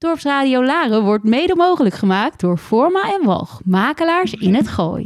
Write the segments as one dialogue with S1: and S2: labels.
S1: Dorpsradio Laren wordt mede mogelijk gemaakt door Forma en Walch, makelaars in het Gooi.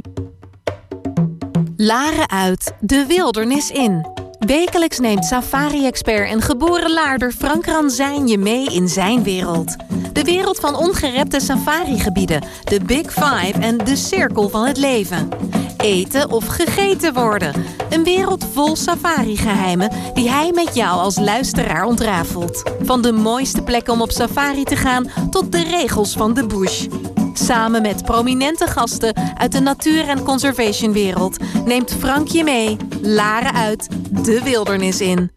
S2: Laren uit, de wildernis in. Wekelijks neemt safari-expert en geboren Laarder Frank Ranzijn je mee in zijn wereld. De wereld van ongerepte safarigebieden, de Big Five en de cirkel van het leven. Eten of gegeten worden. Een wereld vol safari-geheimen die hij met jou als luisteraar ontrafelt. Van de mooiste plekken om op safari te gaan tot de regels van de bush. Samen met prominente gasten uit de natuur- en conservationwereld neemt Frank je mee, Laren uit, de wildernis in.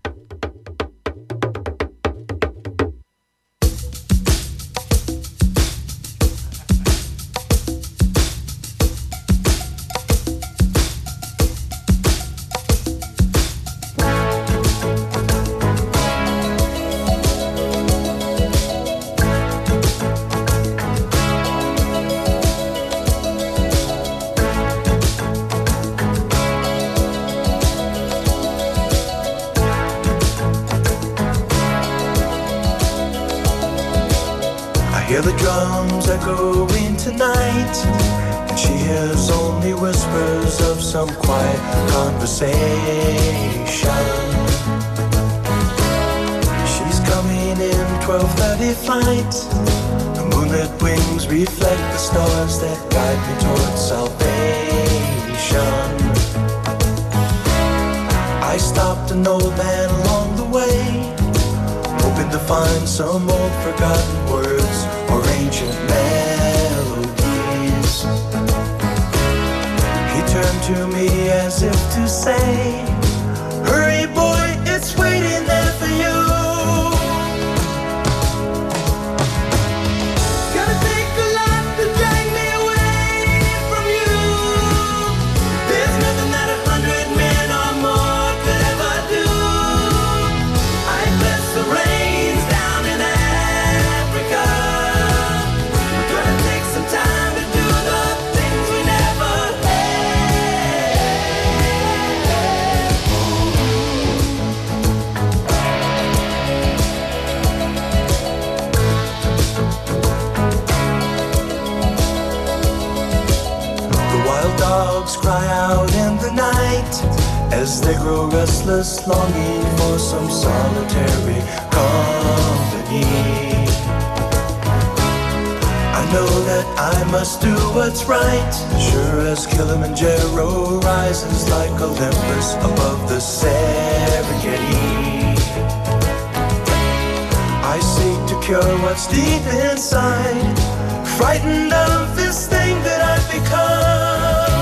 S3: Hear the drums echoing tonight, and she hears only whispers of some quiet conversation. She's coming in 12:30 flight. The moonlit wings reflect the stars that guide me towards salvation. I stopped an old man along the way, hoping to find some old forgotten words or ancient melodies. He turned to me as if to say, hurry boy, it's waiting there for you. Gonna take a lot to drag me away from you. There's nothing that 100 men or more could ever do. I bless the rains down in Africa. We're gonna take some time to do the things we never The wild dogs cry out in the night as they grow restless, longing for some solitary company. I know that I must do what's right, sure as Kilimanjaro rises like Olympus above the Serengeti. I seek to cure what's deep inside, frightened of this thing that I've become.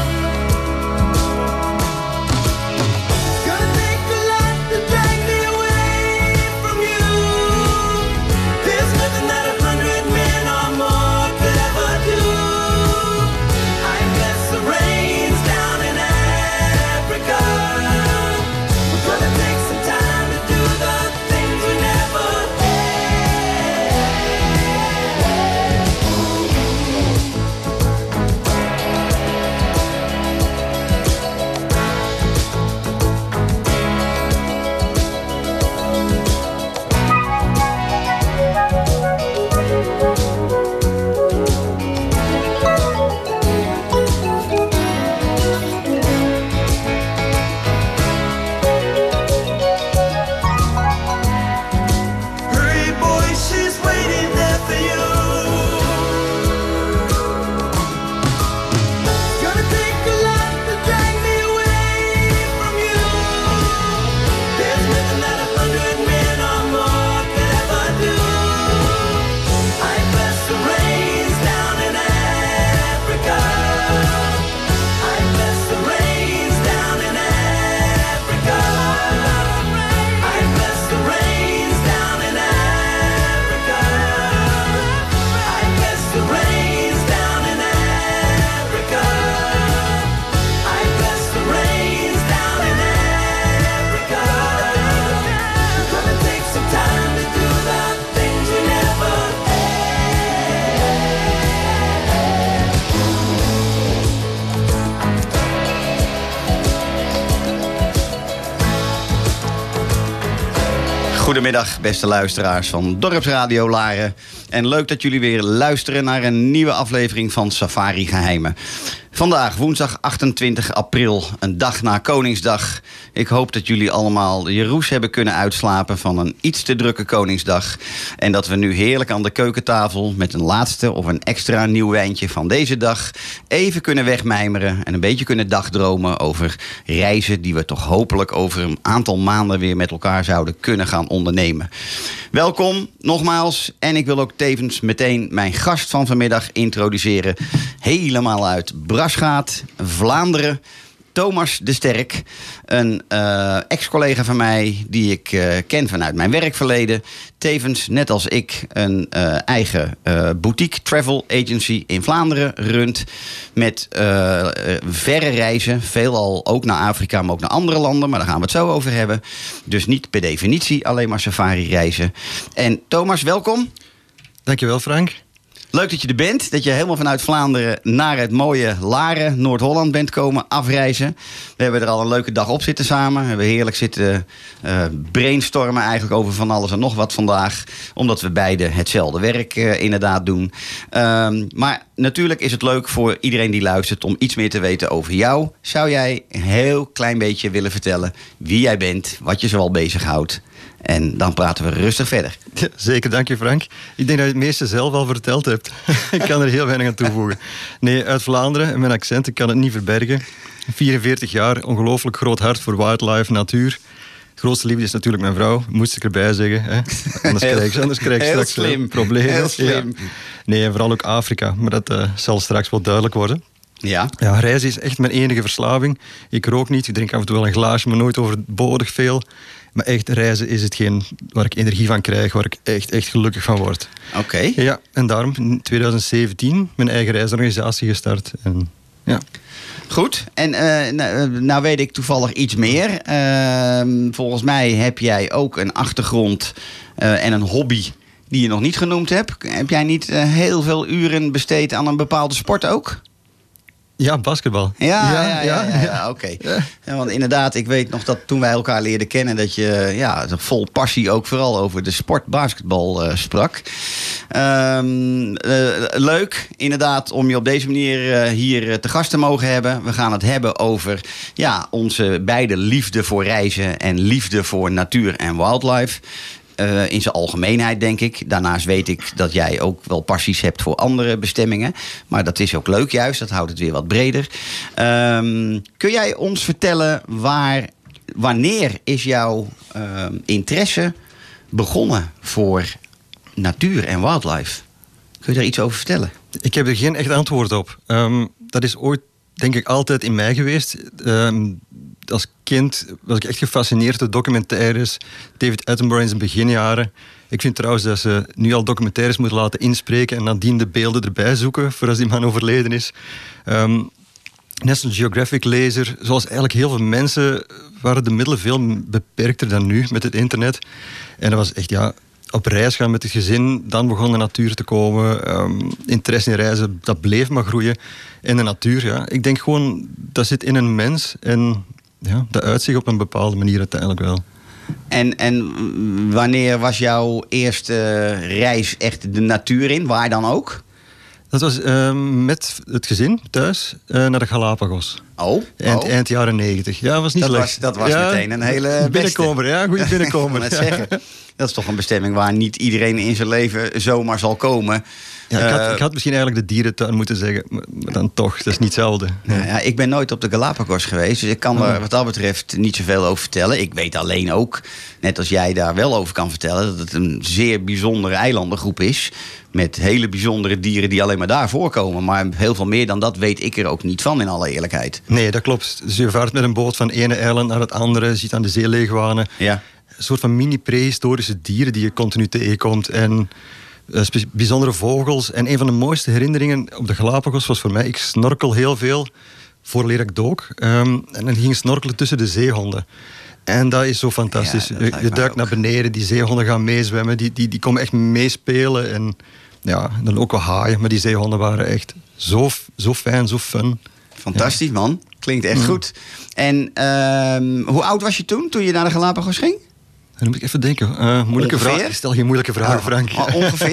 S3: Gonna take a lot to drag me away from you. There's nothing that 100 men or more could ever do. I bless the rains down in Africa. We're gonna take some time to do the things we never Hurry boy, she's waiting there for you. Gonna take a lot to drag me away from you. There's nothing that 100 men or more could ever do. I bless the rains down in Africa. I bless the rains down in Africa. I bless the rains down in Africa. I bless the rains down in Africa. I bless the rains down in Africa. We're gonna take some time to do the things we never
S4: Goedemiddag, beste luisteraars van Dorpsradio Laren. En leuk dat jullie weer luisteren naar een nieuwe aflevering van Safari Geheimen. Vandaag, woensdag 28 april, een dag na Koningsdag. Ik hoop dat jullie allemaal je roes hebben kunnen uitslapen van een iets te drukke Koningsdag. En dat we nu heerlijk aan de keukentafel met een laatste of een extra nieuw wijntje van deze dag even kunnen wegmijmeren en een beetje kunnen dagdromen over reizen die we toch hopelijk over een aantal maanden weer met elkaar zouden kunnen gaan ondernemen. Welkom nogmaals en ik wil ook tevens meteen mijn gast van vanmiddag introduceren. Helemaal uit Brasgaat, Vlaanderen. Thomas de Sterk, een ex-collega van mij die ik ken vanuit mijn werkverleden. Tevens, net als ik, een eigen boutique travel agency in Vlaanderen runt. Met verre reizen, veelal ook naar Afrika, maar ook naar andere landen. Maar daar gaan we het zo over hebben. Dus niet per definitie alleen maar safari reizen. En Thomas, welkom.
S5: Dankjewel, Frank.
S4: Leuk dat je er bent. Dat je helemaal vanuit Vlaanderen naar het mooie Laren, Noord-Holland bent komen afreizen. We hebben er al een leuke dag op zitten samen. We hebben heerlijk zitten brainstormen eigenlijk over van alles en nog wat vandaag. Omdat we beide hetzelfde werk inderdaad doen. Maar natuurlijk is het leuk voor iedereen die luistert om iets meer te weten over jou. Zou jij een heel klein beetje willen vertellen wie jij bent, wat je zoal bezighoudt? En dan praten we rustig verder.
S5: Ja, zeker, dank je Frank. Ik denk dat je het meeste zelf al verteld hebt. Ik kan er heel weinig aan toevoegen. Nee, uit Vlaanderen en mijn accent, ik kan het niet verbergen. 44 jaar, ongelooflijk groot hart voor wildlife, natuur. De grootste liefde is natuurlijk mijn vrouw, moest ik erbij zeggen. Hè? Anders krijg ik straks problemen.
S4: Heel slim.
S5: Ja. Nee, en vooral ook Afrika, maar dat zal straks wel duidelijk worden.
S4: Ja.
S5: Ja, reizen is echt mijn enige verslaving. Ik rook niet, ik drink af en toe wel een glaasje, maar nooit overbodig veel. Maar echt, reizen is hetgeen waar ik energie van krijg, waar ik echt gelukkig van word.
S4: Oké.
S5: Ja, en daarom in 2017 mijn eigen reisorganisatie gestart. En, ja.
S4: Goed, en nou weet ik toevallig iets meer. Volgens mij heb jij ook een achtergrond en een hobby die je nog niet genoemd hebt. Heb jij niet heel veel uren besteed aan een bepaalde sport ook?
S5: Ja, basketbal.
S4: Ja, oké. Ja, want inderdaad, ik weet nog dat toen wij elkaar leerden kennen, dat je vol passie ook vooral over de sport basketbal sprak. Leuk, inderdaad, om je op deze manier hier te gast te mogen hebben. We gaan het hebben over onze beide liefde voor reizen en liefde voor natuur en wildlife. In zijn algemeenheid, denk ik. Daarnaast weet ik dat jij ook wel passies hebt voor andere bestemmingen. Maar dat is ook leuk juist. Dat houdt het weer wat breder. Kun jij ons vertellen wanneer is jouw interesse begonnen voor natuur en wildlife? Kun je daar iets over vertellen?
S5: Ik heb er geen echt antwoord op. Dat is ooit, denk ik, altijd in mij geweest. Als kind was ik echt gefascineerd door documentaires. David Attenborough in zijn beginjaren. Ik vind trouwens dat ze nu al documentaires moeten laten inspreken en nadien de beelden erbij zoeken voor als die man overleden is. National Geographic lezer, zoals eigenlijk heel veel mensen, waren de middelen veel beperkter dan nu met het internet. En dat was echt, op reis gaan met het gezin, dan begon de natuur te komen. Interesse in reizen, dat bleef maar groeien. En de natuur, ik denk gewoon, dat zit in een mens en dat uitzicht op een bepaalde manier uiteindelijk wel.
S4: En wanneer was jouw eerste reis echt de natuur in? Waar dan ook?
S5: Dat was met het gezin thuis naar de Galapagos. Eind jaren 90. Ja, was niet slecht.
S4: Dat was meteen een hele
S5: binnenkomer. Goede binnenkomer.
S4: Ik zeggen. Dat is toch een bestemming waar niet iedereen in zijn leven zomaar zal komen.
S5: Ja, ik had misschien eigenlijk de dierentuin moeten zeggen, maar dan toch, dat is niet hetzelfde.
S4: Ja, ik ben nooit op de Galapagos geweest, dus ik kan er wat dat betreft niet zoveel over vertellen. Ik weet alleen ook, net als jij daar wel over kan vertellen, dat het een zeer bijzondere eilandengroep is. Met hele bijzondere dieren die alleen maar daar voorkomen. Maar heel veel meer dan dat weet ik er ook niet van, in alle eerlijkheid.
S5: Nee, dat klopt. Dus je vaart met een boot van ene eiland naar het andere, ziet aan de zeeleegwanen.
S4: Ja.
S5: Een soort van mini-prehistorische dieren die je continu tegenkomt. En bijzondere vogels. En een van de mooiste herinneringen op de Galapagos was voor mij, ik snorkel heel veel voordat ik dook. En dan ging snorkelen tussen de zeehonden. En dat is zo fantastisch. Je duikt naar beneden, die zeehonden gaan meezwemmen, die komen echt meespelen. En dan ook wel haaien, maar die zeehonden waren echt zo fijn, zo fun.
S4: Fantastisch, man. Klinkt echt goed. En hoe oud was je toen je naar de Galapagos ging?
S5: Dan moet ik even denken. Moeilijke vraag. Ik stel geen moeilijke vragen, Frank.
S4: Ongeveer?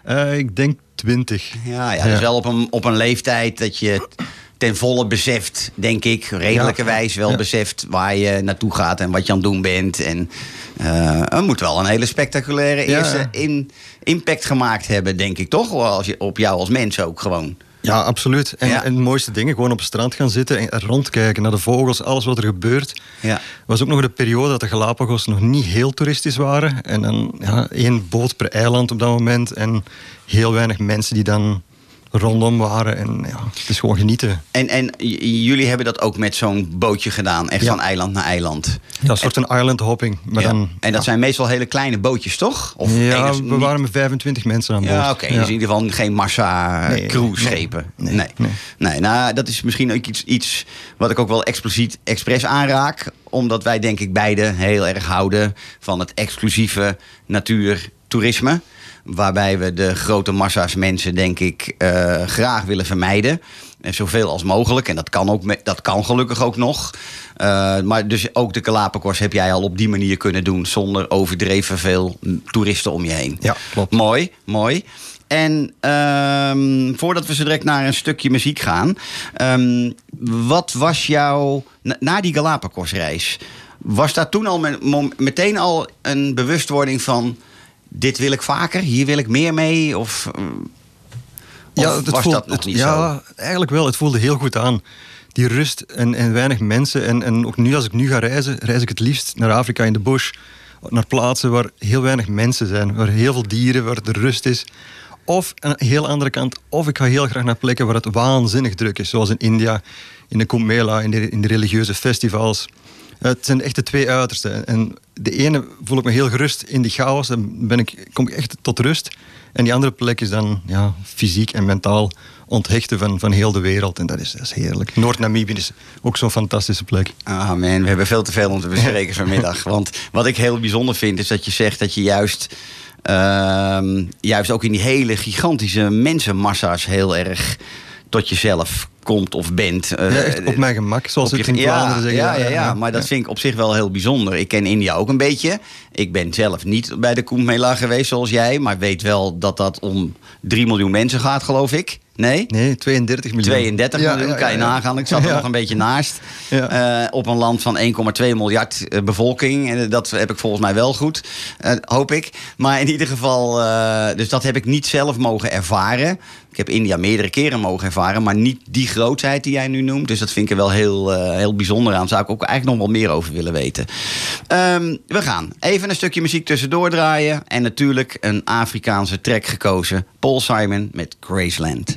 S5: Ik denk 20.
S4: Ja, dus wel op een leeftijd dat je ten volle beseft, denk ik, redelijkerwijs wel beseft waar je naartoe gaat en wat je aan het doen bent. En het moet wel een hele spectaculaire eerste impact gemaakt hebben, denk ik, toch? Op jou als mens ook gewoon.
S5: Ja, absoluut. En het mooiste dingen, gewoon op het strand gaan zitten en rondkijken naar de vogels, alles wat er gebeurt. Ja. Was ook nog de periode dat de Galapagos nog niet heel toeristisch waren. En dan 1 boot per eiland op dat moment en heel weinig mensen die dan rondom waren. En het is gewoon genieten.
S4: En jullie hebben dat ook met zo'n bootje gedaan, echt van eiland naar eiland?
S5: Ja, een soort van island hopping. Maar dan,
S4: en dat zijn meestal hele kleine bootjes, toch? Of
S5: we waren met 25 mensen aan boord.
S4: Ja, oké. Dus in ieder geval geen massa cruiseschepen. Nee, nou, dat is misschien ook iets wat ik ook wel expres aanraak. Omdat wij, denk ik, beide heel erg houden van het exclusieve natuurtoerisme. Waarbij we de grote massa's mensen, denk ik, graag willen vermijden. Zoveel als mogelijk. En dat kan gelukkig ook nog. Maar dus ook de Galapagos heb jij al op die manier kunnen doen. Zonder overdreven veel toeristen om je heen.
S5: Ja, klopt.
S4: Mooi. En voordat we zo direct naar een stukje muziek gaan. Wat was jouw, na die Galapagosreis, was daar toen al meteen al een bewustwording van, dit wil ik vaker, hier wil ik meer mee? Of was dat nog niet zo?
S5: Ja, eigenlijk wel. Het voelde heel goed aan. Die rust en weinig mensen. En ook nu, als ik nu ga reizen, reis ik het liefst naar Afrika in de bush. Naar plaatsen waar heel weinig mensen zijn. Waar heel veel dieren, waar de rust is. Of aan een heel andere kant. Of ik ga heel graag naar plekken waar het waanzinnig druk is. Zoals in India, in de Kumbh Mela, in de religieuze festivals. Het zijn echt de 2 uitersten. En de ene voel ik me heel gerust in die chaos. Dan kom ik echt tot rust. En die andere plek is dan fysiek en mentaal onthechten van heel de wereld. En dat is heerlijk. Noord-Namibië is ook zo'n fantastische plek.
S4: Ah man, we hebben veel te veel om te bespreken vanmiddag. Want wat ik heel bijzonder vind, is dat je zegt dat je juist ook in die hele gigantische mensenmassa's heel erg tot jezelf komt of bent.
S5: Echt op mijn gemak, zoals het in Vlaanderen zeggen.
S4: Ja, maar dat vind ik op zich wel heel bijzonder. Ik ken India ook een beetje. Ik ben zelf niet bij de Kumbh Mela geweest zoals jij, maar weet wel dat dat om 3 miljoen mensen gaat, geloof ik. Nee,
S5: 32 miljoen.
S4: 32 miljoen, kan je nagaan. Ik zat er nog een beetje naast. Ja. Op een land van 1,2 miljard bevolking. En dat heb ik volgens mij wel goed, hoop ik. Maar in ieder geval, dus dat heb ik niet zelf mogen ervaren. Ik heb India meerdere keren mogen ervaren, maar niet die grootheid die jij nu noemt. Dus dat vind ik er wel heel bijzonder aan. Daar zou ik ook eigenlijk nog wel meer over willen weten. We gaan even een stukje muziek tussendoor draaien. En natuurlijk een Afrikaanse track gekozen. Paul Simon met Graceland.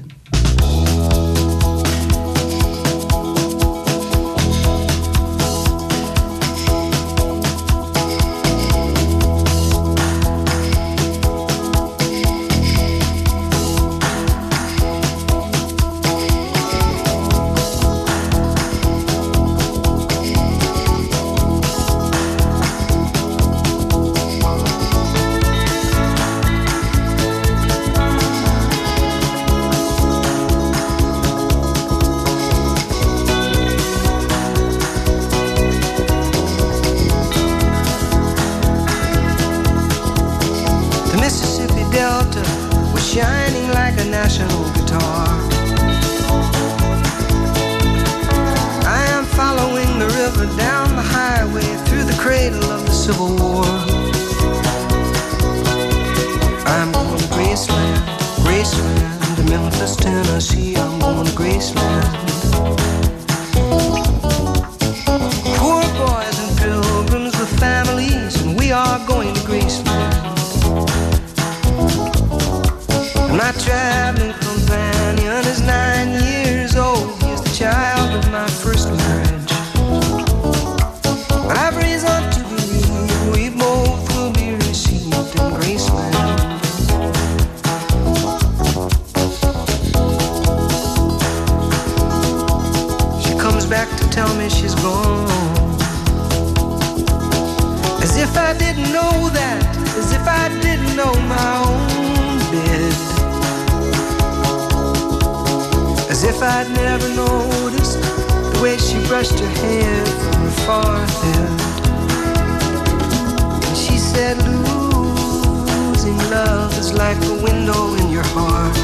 S3: love is like a window in your heart.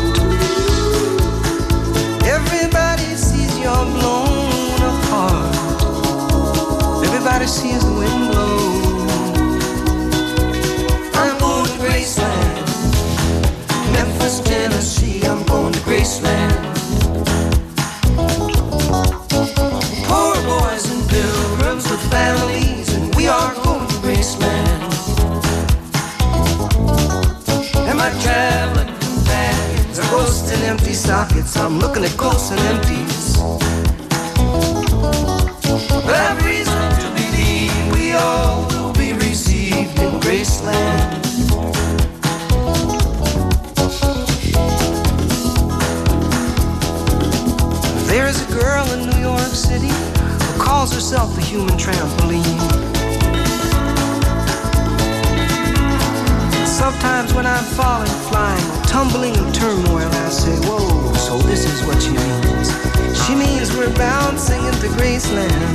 S3: Everybody sees you're blown apart. Everybody sees the wind blow. I'm going to Graceland, Memphis, Tennessee. I'm going to Graceland. Poor boys and pilgrims with families, and we are going to Graceland. And my traveling companions are ghosts and empty sockets. I'm looking at ghosts and empties. But I've reason to believe we all will be received in Graceland. There is a girl in New York City who calls herself a human trampoline. Sometimes when I'm falling, flying, tumbling in turmoil, I say, whoa, so this is what she means. She means we're bouncing into Graceland.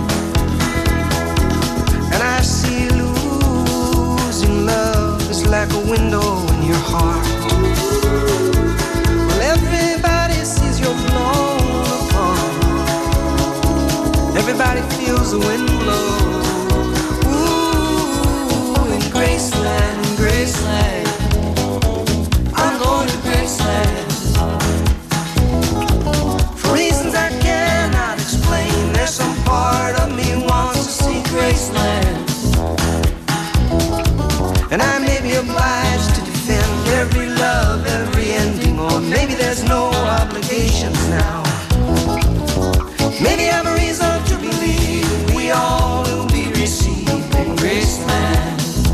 S3: And I see losing love is like a window in your heart. Well, everybody sees you're blown apart. Everybody feels the wind blow. Ooh, in Graceland, in Graceland. I'm going to Graceland. For reasons I cannot explain, there's some part of me wants to see Graceland. And I may be obliged to defend every love, every ending, or maybe there's no obligations now. Maybe I'm a reason to believe we all will be received in Graceland.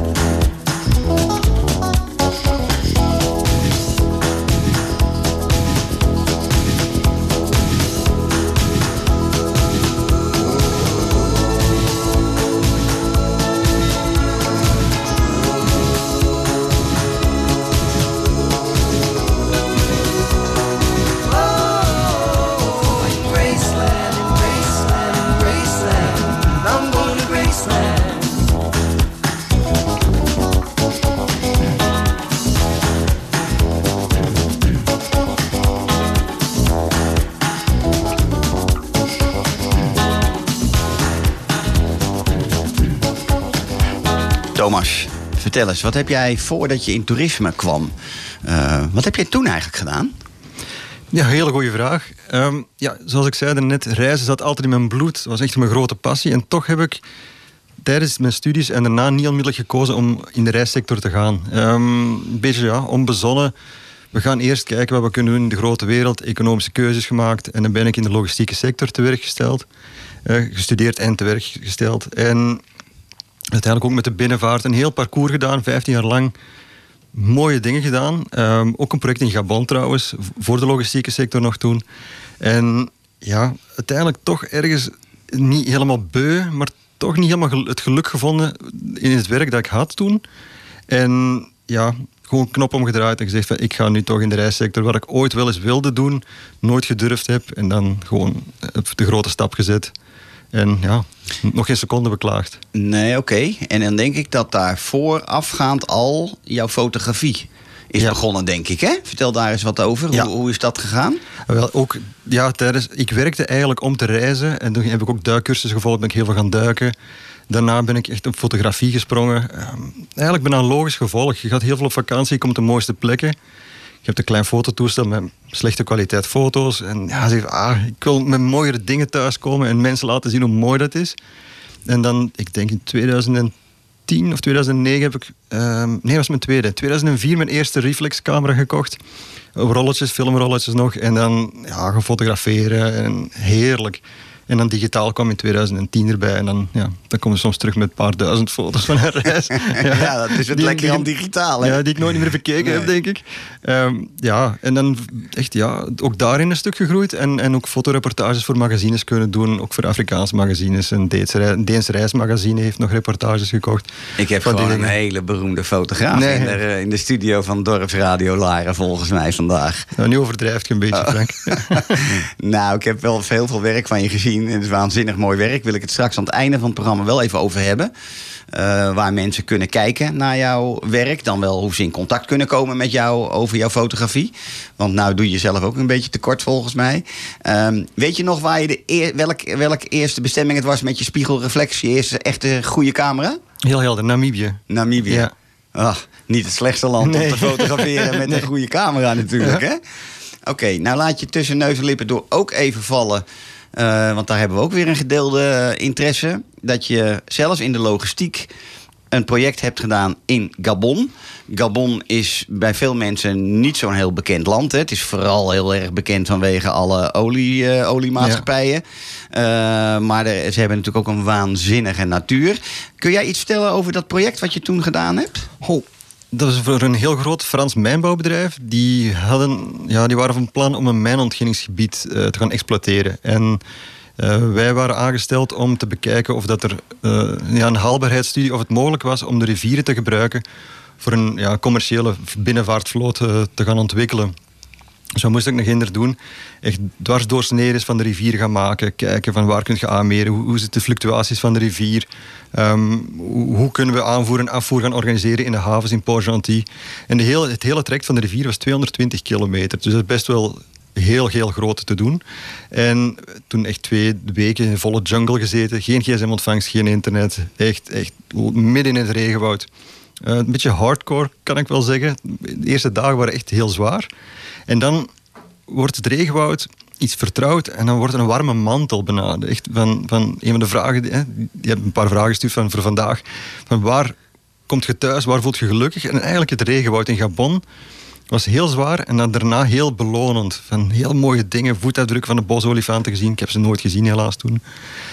S4: Thomas, vertel eens, wat heb jij voordat je in toerisme kwam? Wat heb jij toen eigenlijk gedaan?
S5: Ja, hele goede vraag. Zoals ik zei net, reizen zat altijd in mijn bloed. Dat was echt mijn grote passie. En toch heb ik tijdens mijn studies en daarna niet onmiddellijk gekozen om in de reissector te gaan. Een beetje onbezonnen. We gaan eerst kijken wat we kunnen doen in de grote wereld. Economische keuzes gemaakt. En dan ben ik in de logistieke sector te werk gesteld. Gestudeerd en te werk gesteld. En uiteindelijk ook met de binnenvaart een heel parcours gedaan. 15 jaar lang mooie dingen gedaan. Ook een project in Gabon trouwens. Voor de logistieke sector nog toen. En ja, uiteindelijk toch ergens niet helemaal beu. Maar toch niet helemaal het geluk gevonden in het werk dat ik had toen. En ja, gewoon knop omgedraaid en gezegd van ik ga nu toch in de reissector, wat ik ooit wel eens wilde doen, nooit gedurfd heb. En dan gewoon de grote stap gezet. En ja, nog geen seconde beklaagd.
S4: Nee, oké. En dan denk ik dat daar voorafgaand al jouw fotografie is begonnen, denk ik. Hè? Vertel daar eens wat over.
S5: Ja.
S4: Hoe is dat gegaan?
S5: Wel, ook, ja, ik werkte eigenlijk om te reizen. En toen heb ik ook duikcursussen gevolgd, ben ik heel veel gaan duiken. Daarna ben ik echt op fotografie gesprongen. Eigenlijk bijna een logisch gevolg. Je gaat heel veel op vakantie, je komt op de mooiste plekken. Je hebt een klein fototoestel met slechte kwaliteit foto's. En ja, zeg, ik wil met mooiere dingen thuiskomen en mensen laten zien hoe mooi dat is. En dan, ik denk in 2010 of 2009 heb ik... nee, dat was mijn tweede. In 2004 mijn eerste reflexcamera gekocht. Op rolletjes, filmrolletjes nog. En dan gaan fotograferen. En heerlijk. En dan digitaal kwam in 2010 erbij. En dan kom je soms terug met een paar duizend foto's van een reis.
S4: Ja, dat is het lekker aan digitaal. Hè?
S5: Ja, die ik nooit meer bekeken heb, denk ik. En dan echt, ook daarin een stuk gegroeid. En ook fotoreportages voor magazines kunnen doen. Ook voor Afrikaanse magazines. Een Deens reismagazine heeft nog reportages gekocht.
S4: Ik heb gewoon een hele beroemde fotograaf in de studio van Dorpsradio Laren, volgens mij vandaag.
S5: Nou, nu overdrijft je een beetje, Frank.
S4: Nou, ik heb wel veel werk van je gezien. Het is waanzinnig mooi werk. Wil ik het straks aan het einde van het programma wel even over hebben. waar mensen kunnen kijken naar jouw werk. Dan wel hoe ze in contact kunnen komen met jou over jouw fotografie. Want nou doe je zelf ook een beetje tekort volgens mij. Weet je nog waar je welke eerste bestemming het was met je spiegelreflex? Je eerste echte goede camera?
S5: Heel helder, Namibië.
S4: Namibië.
S5: Ja.
S4: Ach, niet het slechtste land om te fotograferen met een goede camera natuurlijk, hè? Oké, nou laat je tussen neus en lippen door ook even vallen. Want daar hebben we ook weer een gedeelde interesse. Dat je zelfs in de logistiek een project hebt gedaan in Gabon. Gabon is bij veel mensen niet zo'n heel bekend land. Hè. Het is vooral heel erg bekend vanwege alle oliemaatschappijen. Maar ze hebben natuurlijk ook een waanzinnige natuur. Kun jij iets vertellen over dat project wat je toen gedaan hebt?
S5: Dat was voor een heel groot Frans mijnbouwbedrijf. Die waren van plan om een mijnontginningsgebied te gaan exploiteren. En wij waren aangesteld om te bekijken of dat er een haalbaarheidsstudie, of het mogelijk was om de rivieren te gebruiken voor een commerciële binnenvaartvloot te gaan ontwikkelen. Zo moest ik nog hinder doen. Echt dwarsdoorsneden van de rivier gaan maken. Kijken van waar kun je aanmeren. Hoe zitten de fluctuaties van de rivier. Hoe kunnen we aanvoer en afvoer gaan organiseren in de havens in Port-Gentil. En het hele traject van de rivier was 220 kilometer. Dus dat is best wel heel groot te doen. En toen echt 2 weken in volle jungle gezeten. Geen gsm-ontvangst, geen internet. Echt midden in het regenwoud. Een beetje hardcore, kan ik wel zeggen. De eerste dagen waren echt heel zwaar. En dan wordt het regenwoud iets vertrouwd en dan wordt het een warme mantel benaderd. Echt van een van de vragen, je hebt een paar vragen gestuurd voor vandaag. Van waar komt je thuis, waar voelt je gelukkig? En eigenlijk het regenwoud in Gabon was heel zwaar en dan daarna heel belonend. Van heel mooie dingen, voetafdruk van de bosolifanten gezien. Ik heb ze nooit gezien helaas toen.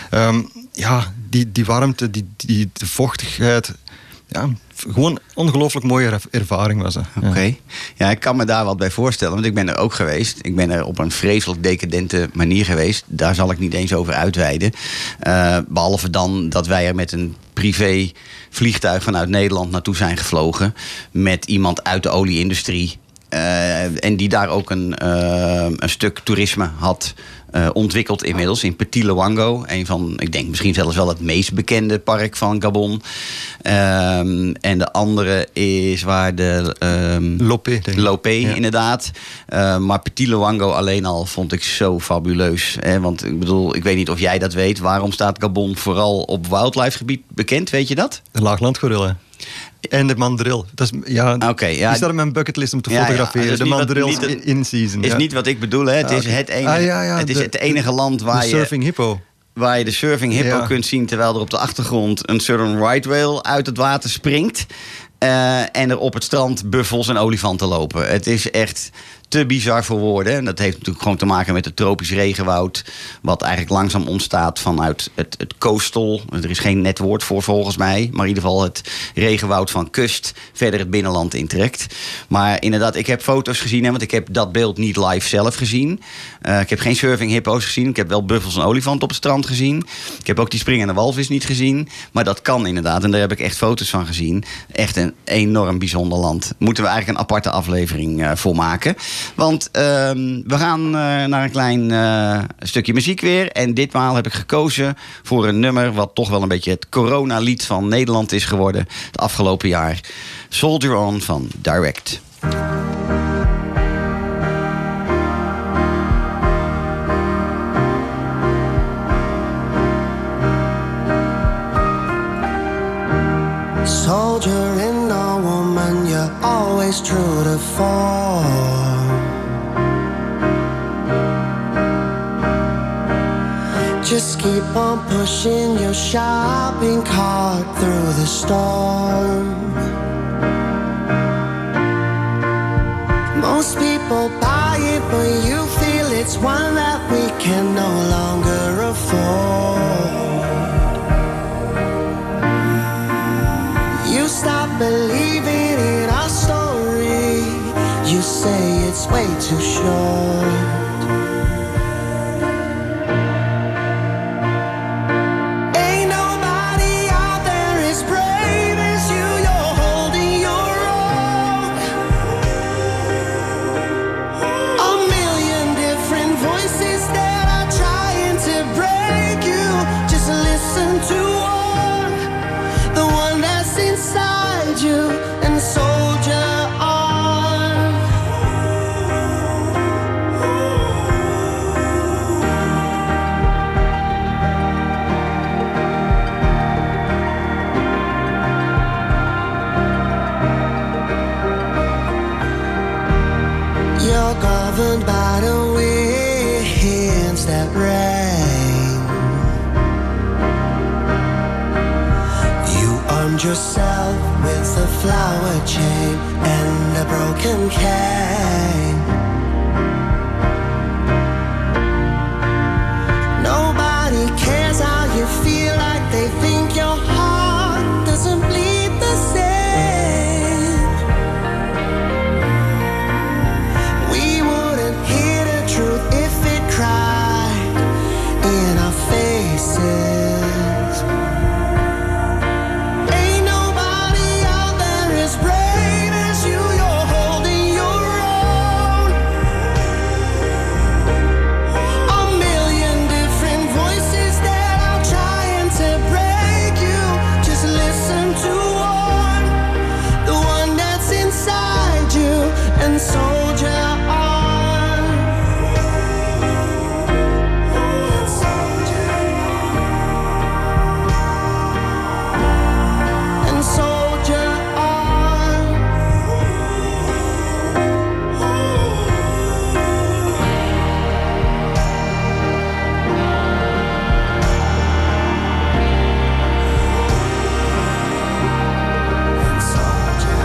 S5: Die warmte, die de vochtigheid. Ja, gewoon ongelooflijk mooie ervaring was het.
S4: Oké. Ja, ik kan me daar wat bij voorstellen, want ik ben er ook geweest. Ik ben er op een vreselijk decadente manier geweest. Daar zal ik niet eens over uitweiden. Behalve dan dat wij er met een privé vliegtuig vanuit Nederland naartoe zijn gevlogen. Met iemand uit de olieindustrie. En die daar ook een stuk toerisme had ontwikkeld inmiddels in Petit Luango. Een van, ik denk misschien zelfs wel het meest bekende park van Gabon. En de andere is waar de Lopé, inderdaad. Maar Petit Luango alleen al vond ik zo fabuleus. Hè? Want ik bedoel, ik weet niet of jij dat weet. Waarom staat Gabon vooral op wildlife gebied bekend? Weet je dat?
S5: De laaglandgorilla. En de mandril. Dat is, die staat op mijn bucketlist om te fotograferen.
S4: Ja,
S5: de mandril in season.
S4: Is niet wat ik bedoel. Hè. Het is het enige land waar
S5: de surfing hippo.
S4: Waar je de surfing hippo kunt zien, terwijl er op de achtergrond een Southern Right Whale uit het water springt. En er op het strand buffels en olifanten lopen. Het is echt te bizar voor woorden. En dat heeft natuurlijk gewoon te maken met het tropisch regenwoud, wat eigenlijk langzaam ontstaat vanuit het coastal. Er is geen net woord voor volgens mij. Maar in ieder geval het regenwoud van kust verder het binnenland intrekt. Maar inderdaad, ik heb foto's gezien. Want ik heb dat beeld niet live zelf gezien. Ik heb geen surfing hippo's gezien. Ik heb wel buffels en olifanten op het strand gezien. Ik heb ook die springende walvis niet gezien. Maar dat kan inderdaad. En daar heb ik echt foto's van gezien. Echt een enorm bijzonder land. Moeten we eigenlijk een aparte aflevering voor maken. Want we gaan naar een klein stukje muziek weer. En ditmaal heb ik gekozen voor een nummer wat toch wel een beetje het coronalied van Nederland is geworden het afgelopen jaar. Soldier On van Direct.
S6: Soldier in a woman, you're always true to form. Just keep on pushing your shopping cart through the storm. Most people buy it, but you feel it's one that we can no longer afford. You stop believing in our story. You say it's way too short. The one you're governed by the winds that rain. You armed yourself with a flower chain and a broken cane. Nobody cares how you feel, like they think your heart doesn't bleed the same. We wouldn't hear the truth if it cried in our faces. Ain't nobody out there as brave as you. You're holding your own. A million different voices that are trying to break you. Just listen to one, the one that's inside you, and soldier on. And soldier on. And soldier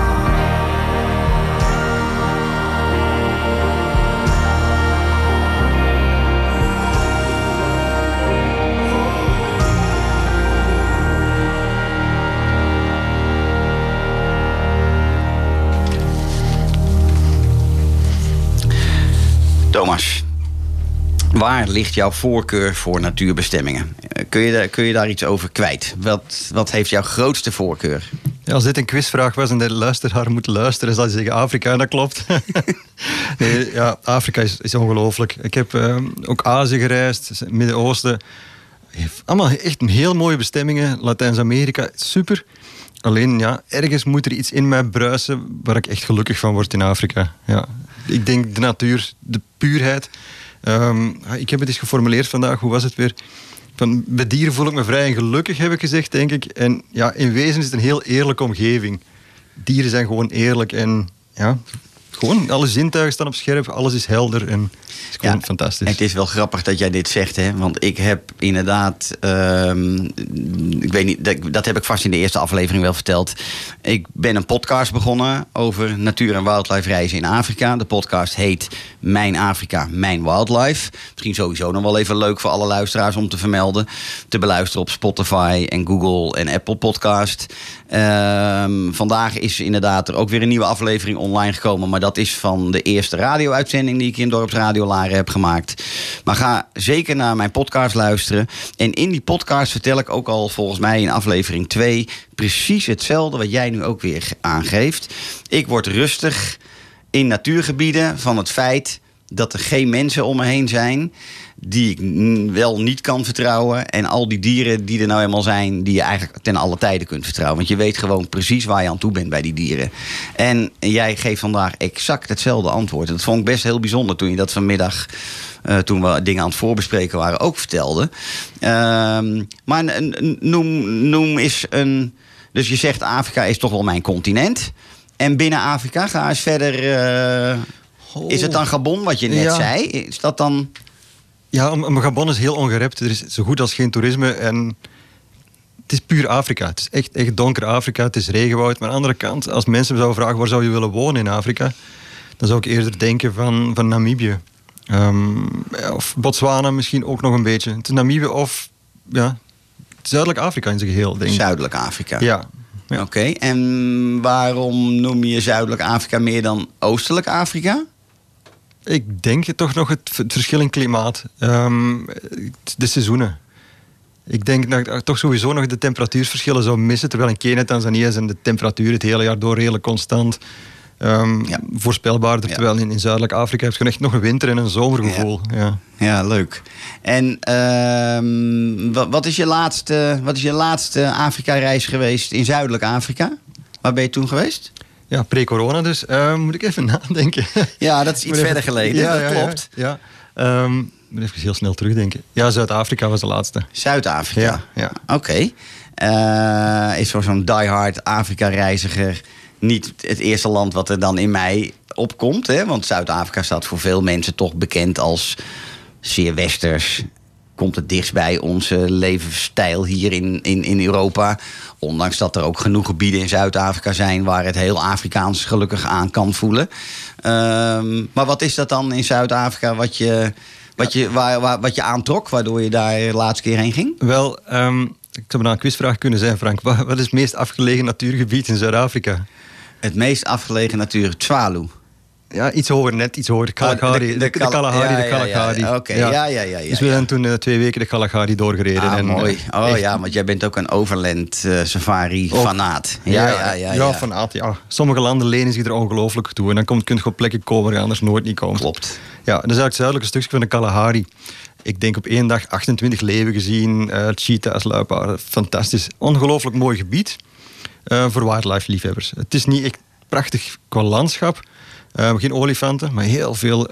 S4: Thomas, waar ligt jouw voorkeur voor natuurbestemmingen? Kun je daar iets over kwijt? Wat heeft jouw grootste voorkeur?
S5: Ja, als dit een quizvraag was en de luisteraar moet luisteren, zal hij zeggen Afrika, en dat klopt. Nee, ja, Afrika is ongelooflijk. Ik heb ook Azië gereisd, het Midden-Oosten. Allemaal echt heel mooie bestemmingen. Latijns-Amerika, super. Alleen, ja, ergens moet er iets in mij bruisen waar ik echt gelukkig van word in Afrika. Ja. Ik denk de natuur, de puurheid. Ik heb het eens geformuleerd vandaag, hoe was het weer? Bij dieren voel ik me vrij en gelukkig, heb ik gezegd, denk ik. En ja, in wezen is het een heel eerlijke omgeving. Dieren zijn gewoon eerlijk en ja, gewoon alle zintuigen staan op scherp, alles is helder en het is gewoon fantastisch.
S4: Het is wel grappig dat jij dit zegt, hè? Want ik heb inderdaad, ik weet niet, dat heb ik vast in de eerste aflevering wel verteld. Ik ben een podcast begonnen over natuur- en wildlife reizen in Afrika. De podcast heet Mijn Afrika, Mijn Wildlife. Misschien sowieso nog wel even leuk voor alle luisteraars om te vermelden. Te beluisteren op Spotify en Google en Apple Podcast. Vandaag is inderdaad er ook weer een nieuwe aflevering online gekomen. Maar dat is van de eerste radio-uitzending die ik in Dorpsradio Laren heb gemaakt. Maar ga zeker naar mijn podcast luisteren. En in die podcast vertel ik ook al volgens mij in aflevering 2... precies hetzelfde wat jij nu ook weer aangeeft. Ik word rustig in natuurgebieden van het feit dat er geen mensen om me heen zijn die ik wel niet kan vertrouwen. En al die dieren die er nou eenmaal zijn, die je eigenlijk ten alle tijden kunt vertrouwen. Want je weet gewoon precies waar je aan toe bent bij die dieren. En jij geeft vandaag exact hetzelfde antwoord. Dat vond ik best heel bijzonder toen je dat vanmiddag, toen we dingen aan het voorbespreken waren, ook vertelde. Maar noem eens een... Dus je zegt Afrika is toch wel mijn continent. En binnen Afrika, ga eens verder. Is het dan Gabon, wat je net zei? Is dat dan...
S5: Ja, Gabon is heel ongerept. Er is zo goed als geen toerisme. En het is puur Afrika. Het is echt donker Afrika. Het is regenwoud. Maar aan de andere kant, als mensen me zouden vragen waar zou je willen wonen in Afrika, dan zou ik eerder denken van Namibië. Of Botswana misschien ook nog een beetje. Het is Namibië of Zuidelijk Afrika in zijn geheel, denk ik.
S4: Zuidelijk Afrika.
S5: Ja.
S4: Oké. En waarom noem je Zuidelijk Afrika meer dan Oostelijk Afrika?
S5: Ik denk toch nog het verschil in klimaat. De seizoenen. Ik denk dat ik toch sowieso nog de temperatuurverschillen zou missen. Terwijl in Kenia, Tanzania zijn de temperaturen het hele jaar door redelijk constant. Voorspelbaarder. Terwijl in Zuidelijk Afrika heb je echt nog een winter- en een zomergevoel.
S4: Ja, leuk. En wat is je laatste Afrika-reis geweest in Zuidelijk Afrika? Waar ben je toen geweest?
S5: Ja, pre-corona dus. Moet ik even nadenken.
S4: Ja, dat is iets verder geleden. Dat klopt.
S5: Ja. Moet even heel snel terugdenken. Ja, Zuid-Afrika was de laatste.
S4: Zuid-Afrika?
S5: Ja.
S4: Oké. Is voor zo'n diehard Afrika-reiziger niet het eerste land wat er dan in mij opkomt. Hè? Want Zuid-Afrika staat voor veel mensen toch bekend als zeer westers. Komt het dichtst bij onze levensstijl hier in Europa. Ondanks dat er ook genoeg gebieden in Zuid-Afrika zijn waar het heel Afrikaans gelukkig aan kan voelen. Maar wat is dat dan in Zuid-Afrika wat je aantrok, waardoor je daar de laatste keer heen ging?
S5: Wel, ik zou bijna een quizvraag kunnen zijn, Frank. Wat is het meest afgelegen natuurgebied in Zuid-Afrika?
S4: Het meest afgelegen natuur, Tswalu.
S5: Ja, iets hoger. De Kalahari. De Kalahari.
S4: Oké, ja.
S5: Dus we zijn toen 2 weken de Kalahari doorgereden.
S4: Mooi. Want jij bent ook een overland safari-fanaat. Ja,
S5: fanaat, ja. Sommige landen lenen zich er ongelooflijk toe. En dan kun je op plekken komen waar je anders nooit niet komt.
S4: Klopt.
S5: Ja, dat is eigenlijk het zuidelijke stukje van de Kalahari. Ik denk op 1 dag 28 leeuwen gezien, cheetahs, luipaarden. Fantastisch. Ongelooflijk mooi gebied voor wildlife-liefhebbers. Het is niet echt prachtig qua landschap. Geen olifanten, maar heel veel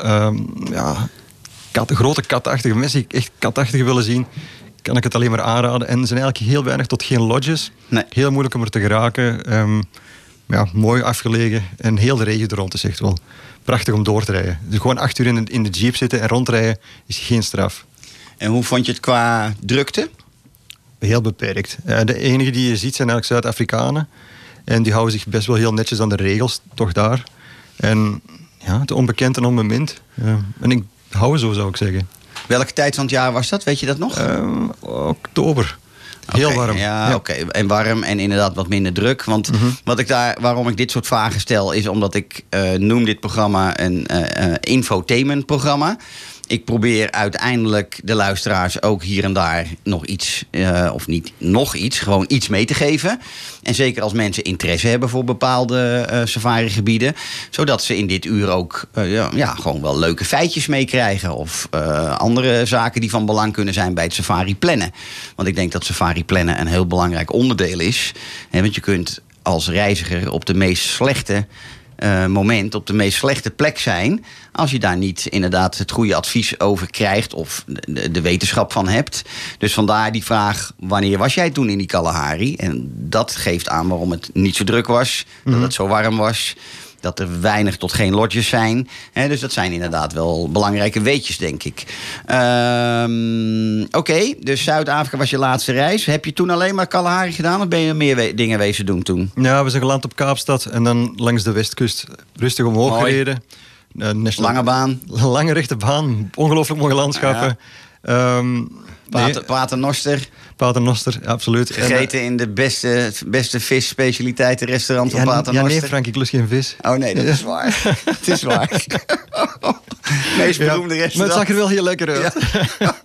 S5: grote katachtige mensen die echt katachtige willen zien. Kan ik het alleen maar aanraden. En er zijn eigenlijk heel weinig tot geen lodges.
S4: Nee.
S5: Heel moeilijk om er te geraken. Mooi afgelegen. En heel de regio er rond is echt wel prachtig om door te rijden. Dus gewoon 8 uur in de jeep zitten en rondrijden is geen straf.
S4: En hoe vond je het qua drukte?
S5: Heel beperkt. De enige die je ziet zijn eigenlijk Zuid-Afrikanen. En die houden zich best wel heel netjes aan de regels, toch daar. En ja, het onbekend en onbemind. En ik hou zo, zou ik zeggen.
S4: Welke tijd van het jaar was dat? Weet je dat nog?
S5: Oktober. Heel warm.
S4: Ja, oké. En warm en inderdaad wat minder druk. Want waarom ik dit soort vragen stel, is omdat ik noem dit programma een infotainmentprogramma. Ik probeer uiteindelijk de luisteraars ook hier en daar nog iets, of niet nog iets, gewoon iets mee te geven. En zeker als mensen interesse hebben voor bepaalde safarigebieden. Zodat ze in dit uur ook gewoon wel leuke feitjes meekrijgen. Of andere zaken die van belang kunnen zijn bij het safari plannen. Want ik denk dat safari plannen een heel belangrijk onderdeel is. Want je kunt als reiziger op de meest slechte moment op de meest slechte plek zijn, als je daar niet inderdaad het goede advies over krijgt of de wetenschap van hebt. Dus vandaar die vraag, wanneer was jij toen in die Kalahari? En dat geeft aan waarom het niet zo druk was, dat het zo warm was, dat er weinig tot geen lodges zijn. Dus dat zijn inderdaad wel belangrijke weetjes, denk ik. Oké, dus Zuid-Afrika was je laatste reis. Heb je toen alleen maar Kalahari gedaan of ben je meer dingen wezen doen toen?
S5: Ja, we zijn geland op Kaapstad en dan langs de westkust rustig omhoog gereden.
S4: Lange baan.
S5: Lange rechte baan, ongelooflijk mooie landschappen.
S4: Paternoster.
S5: Paternoster, absoluut.
S4: Gegeten in de beste visspecialiteiten restaurant van Paternoster.
S5: Ja, nee, Frank, ik lust geen vis.
S4: Oh nee, dat is waar. Het is waar. Meest beroemde restaurant.
S5: Maar het zag er wel heel lekker uit.
S4: Ja.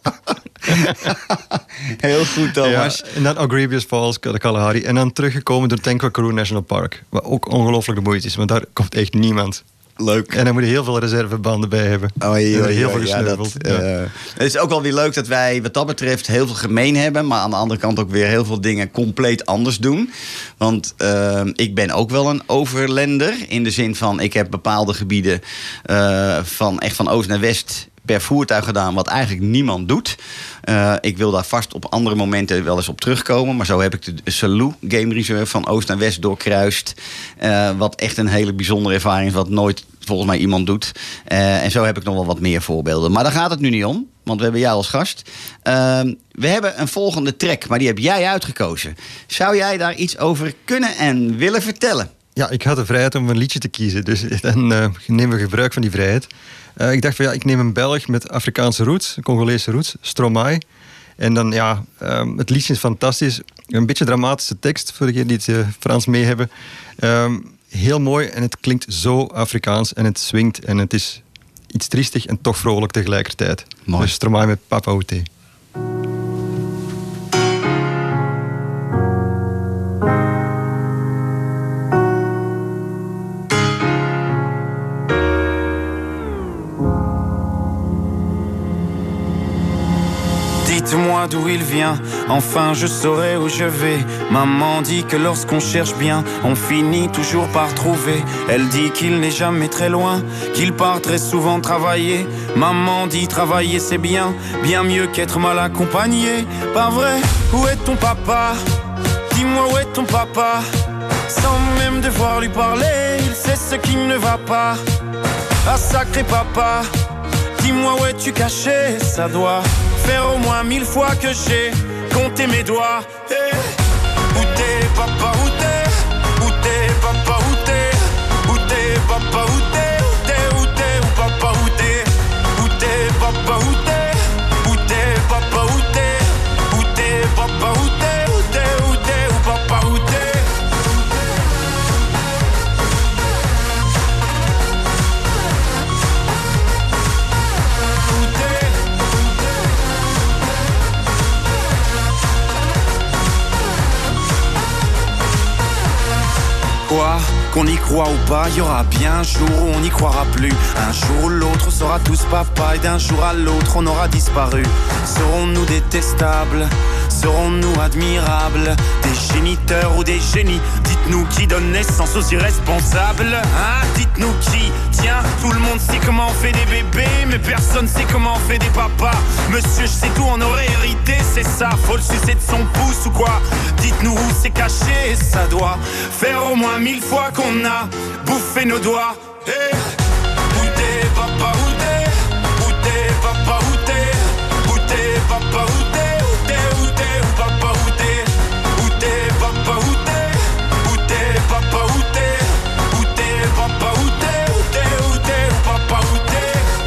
S4: Heel goed, Thomas.
S5: Ja, en dan Ogrebius Falls, de Kalahari. En dan teruggekomen door Tenkwa Karoo National Park. Wat ook ongelooflijk de moeite is, want daar komt echt niemand.
S4: Leuk.
S5: En daar moet je heel veel reservebanden bij hebben. Heel veel gesneuveld.
S4: Het is ook wel weer leuk dat wij wat dat betreft heel veel gemeen hebben. Maar aan de andere kant ook weer heel veel dingen compleet anders doen. Want ik ben ook wel een overlander. In de zin van, ik heb bepaalde gebieden van oost naar west per voertuig gedaan, wat eigenlijk niemand doet. Ik wil daar vast op andere momenten wel eens op terugkomen. Maar zo heb ik de Selous Game Reserve van oost naar west doorkruist. Wat echt een hele bijzondere ervaring is, wat nooit volgens mij iemand doet. En zo heb ik nog wel wat meer voorbeelden. Maar daar gaat het nu niet om, want we hebben jou als gast. We hebben een volgende track, maar die heb jij uitgekozen. Zou jij daar iets over kunnen en willen vertellen?
S5: Ja, ik had de vrijheid om een liedje te kiezen. Dus dan nemen we gebruik van die vrijheid. Ik dacht van ik neem een Belg met Afrikaanse roots, Congolese roots, Stromae. En dan het liedje is fantastisch. Een beetje dramatische tekst, voor degenen die het Frans mee hebben. Heel mooi en het klinkt zo Afrikaans en het swingt. En het is iets triestig en toch vrolijk tegelijkertijd.
S4: Mooi.
S5: Dus Stromae met Papa Outé.
S7: Dites-moi d'où il vient, enfin je saurai où je vais. Maman dit que lorsqu'on cherche bien, on finit toujours par trouver. Elle dit qu'il n'est jamais très loin, qu'il part très souvent travailler. Maman dit travailler c'est bien, bien mieux qu'être mal accompagné. Pas vrai, où est ton papa? Dis-moi où est ton papa? Sans même devoir lui parler, il sait ce qui ne va pas. Ah sacré papa, dis-moi où es-tu caché? Ça doit faire au moins 1000 fois que j'ai compté mes doigts. Hey. Où t'es papa, où t'es? Où t'es papa, où t'es? Où t'es papa, où t'es? Où t'es, où t'es, où papa, où t'es? Où t'es papa, où t'es? Où t'es papa, où t'es? Où t'es papa, où t'es? Où t'es, où t'es, où papa, où t'es? Quoi, qu'on y croit ou pas, y aura bien un jour où on n'y croira plus. Un jour ou l'autre, on sera tous papa, et d'un jour à l'autre, on aura disparu. Serons-nous détestables? Serons-nous admirables? Des géniteurs ou des génies? Dites-nous qui donne naissance aux irresponsables. Hein? Dites-nous qui? Tiens, tout le monde sait comment on fait des bébés, mais personne sait comment on fait des papas. Monsieur, je sais tout, on aurait hérité, c'est ça. Faut le sucer de son pouce ou quoi? Dites-nous où c'est caché, ça doit faire au moins 1000 fois qu'on a bouffé nos doigts. Hey. Où t'es papa, où t'es? Où t'es papa, où t'es? Où t'es papa, où t'es? Où t'es, où t'es, où papa, où t'es? Où t'es papa, où t'es? Où t'es papa, où t'es? Où t'es papa, où t'es? Où t'es, où t'es, où papa, où t'es?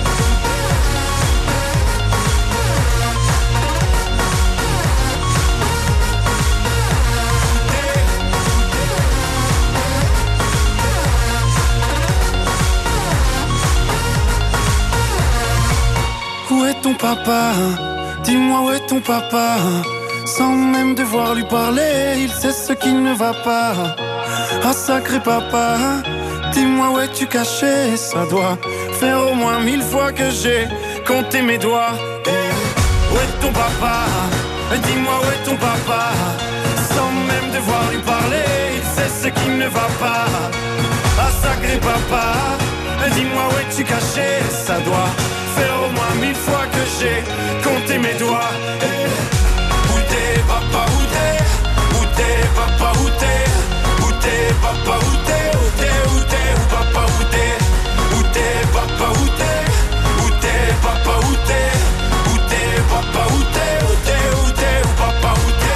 S7: Où est ton papa? Dis-moi où est ton papa? Sans même devoir lui parler, il sait ce qui ne va pas. Ah sacré papa, dis-moi où es-tu caché? Ça doit faire au moins 1000 fois que j'ai compté mes doigts. Où est ton papa? Dis-moi où est ton papa? Sans même devoir lui parler, il sait ce qui ne va pas. Ah sacré papa, dis-moi où es-tu caché? Ça doit faire au moins 1000 fois que j'ai compté mes doigts. Où t'es papa, où t'es? Où t'es papa, où t'es? Où t'es papa, où t'es? Où t'es, où t'es, où papa, où t'es? Où t'es papa, où t'es? Où t'es papa, où t'es? Où t'es papa, où t'es? Où t'es, où t'es, où papa, où t'es?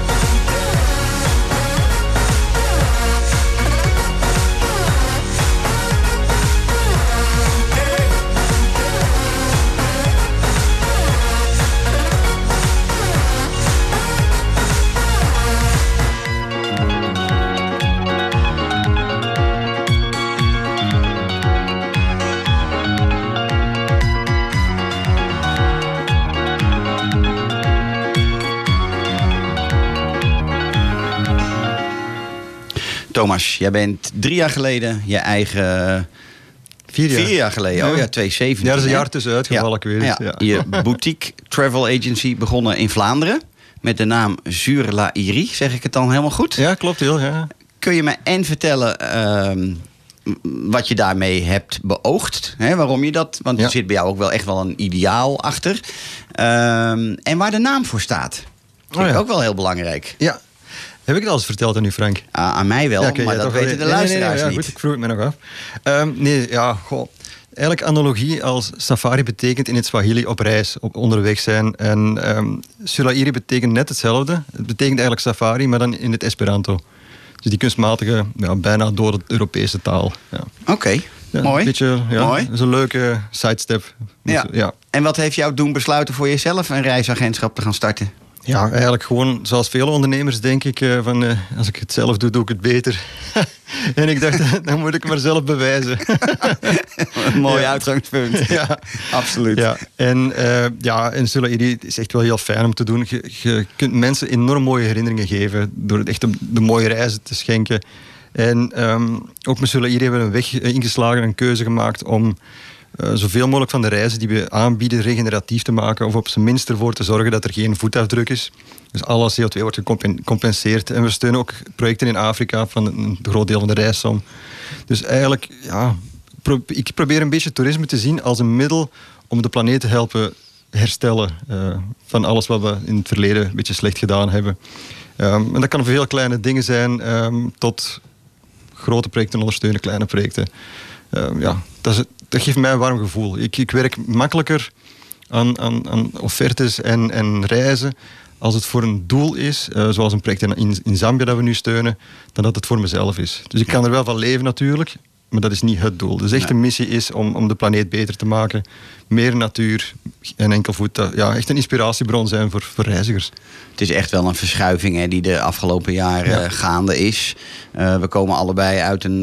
S4: Thomas, jij bent 3 jaar geleden je eigen... 4 jaar geleden, oh ja, 2017.
S5: Ja, dat is een
S4: hè?
S5: jaar tussenuit gevallen, ik weet het. Ja.
S4: Je boutique travel agency begonnen in Vlaanderen. Met de naam Sur la Iri, zeg ik het dan helemaal goed?
S5: Ja, klopt heel. Ja.
S4: Kun je me vertellen wat je daarmee hebt beoogd? Hè, waarom je dat... Want er zit bij jou ook wel echt wel een ideaal achter. En waar de naam voor staat. Vind ik ook wel heel belangrijk.
S5: Ja. Heb ik het al eens verteld aan u, Frank?
S4: Aan mij wel, maar dat weten de luisteraars niet.
S5: Goed, ik vroeg het me nog af. Eigenlijk analogie als safari betekent in het Swahili op reis, onderweg zijn. En Sur la Iri betekent net hetzelfde. Het betekent eigenlijk safari, maar dan in het Esperanto. Dus die kunstmatige, bijna door de Europese taal. Ja.
S4: Oké, mooi.
S5: Een beetje,
S4: mooi.
S5: Dat is een leuke sidestep.
S4: Ja. En wat heeft jou doen besluiten voor jezelf een reisagentschap te gaan starten?
S5: Ja, eigenlijk gewoon zoals vele ondernemers denk ik als ik het zelf doe, doe ik het beter. En ik dacht, dan moet ik maar zelf bewijzen.
S4: Een mooi uitgangspunt.
S5: Ja,
S4: absoluut.
S5: Ja. En Sur la Iri is echt wel heel fijn om te doen. Je kunt mensen enorm mooie herinneringen geven door echt de mooie reizen te schenken. En ook met Sur la Iri hebben we een weg ingeslagen, een keuze gemaakt om zoveel mogelijk van de reizen die we aanbieden regeneratief te maken, of op zijn minst ervoor te zorgen dat er geen voetafdruk is. Dus alle CO2 wordt gecompenseerd. En we steunen ook projecten in Afrika van een groot deel van de reissom. Dus eigenlijk, ik probeer een beetje toerisme te zien als een middel om de planeet te helpen herstellen van alles wat we in het verleden een beetje slecht gedaan hebben. En dat kan voor heel kleine dingen zijn tot grote projecten ondersteunen, kleine projecten. Dat dat geeft mij een warm gevoel. Ik werk makkelijker aan offertes en reizen als het voor een doel is, zoals een project in Zambia dat we nu steunen, dan dat het voor mezelf is. Dus ik kan er wel van leven natuurlijk, maar dat is niet het doel. Dus echt een missie is om de planeet beter te maken. Meer natuur en enkelvoet. Echt een inspiratiebron zijn voor reizigers.
S4: Het is echt wel een verschuiving die de afgelopen jaren gaande is. We komen allebei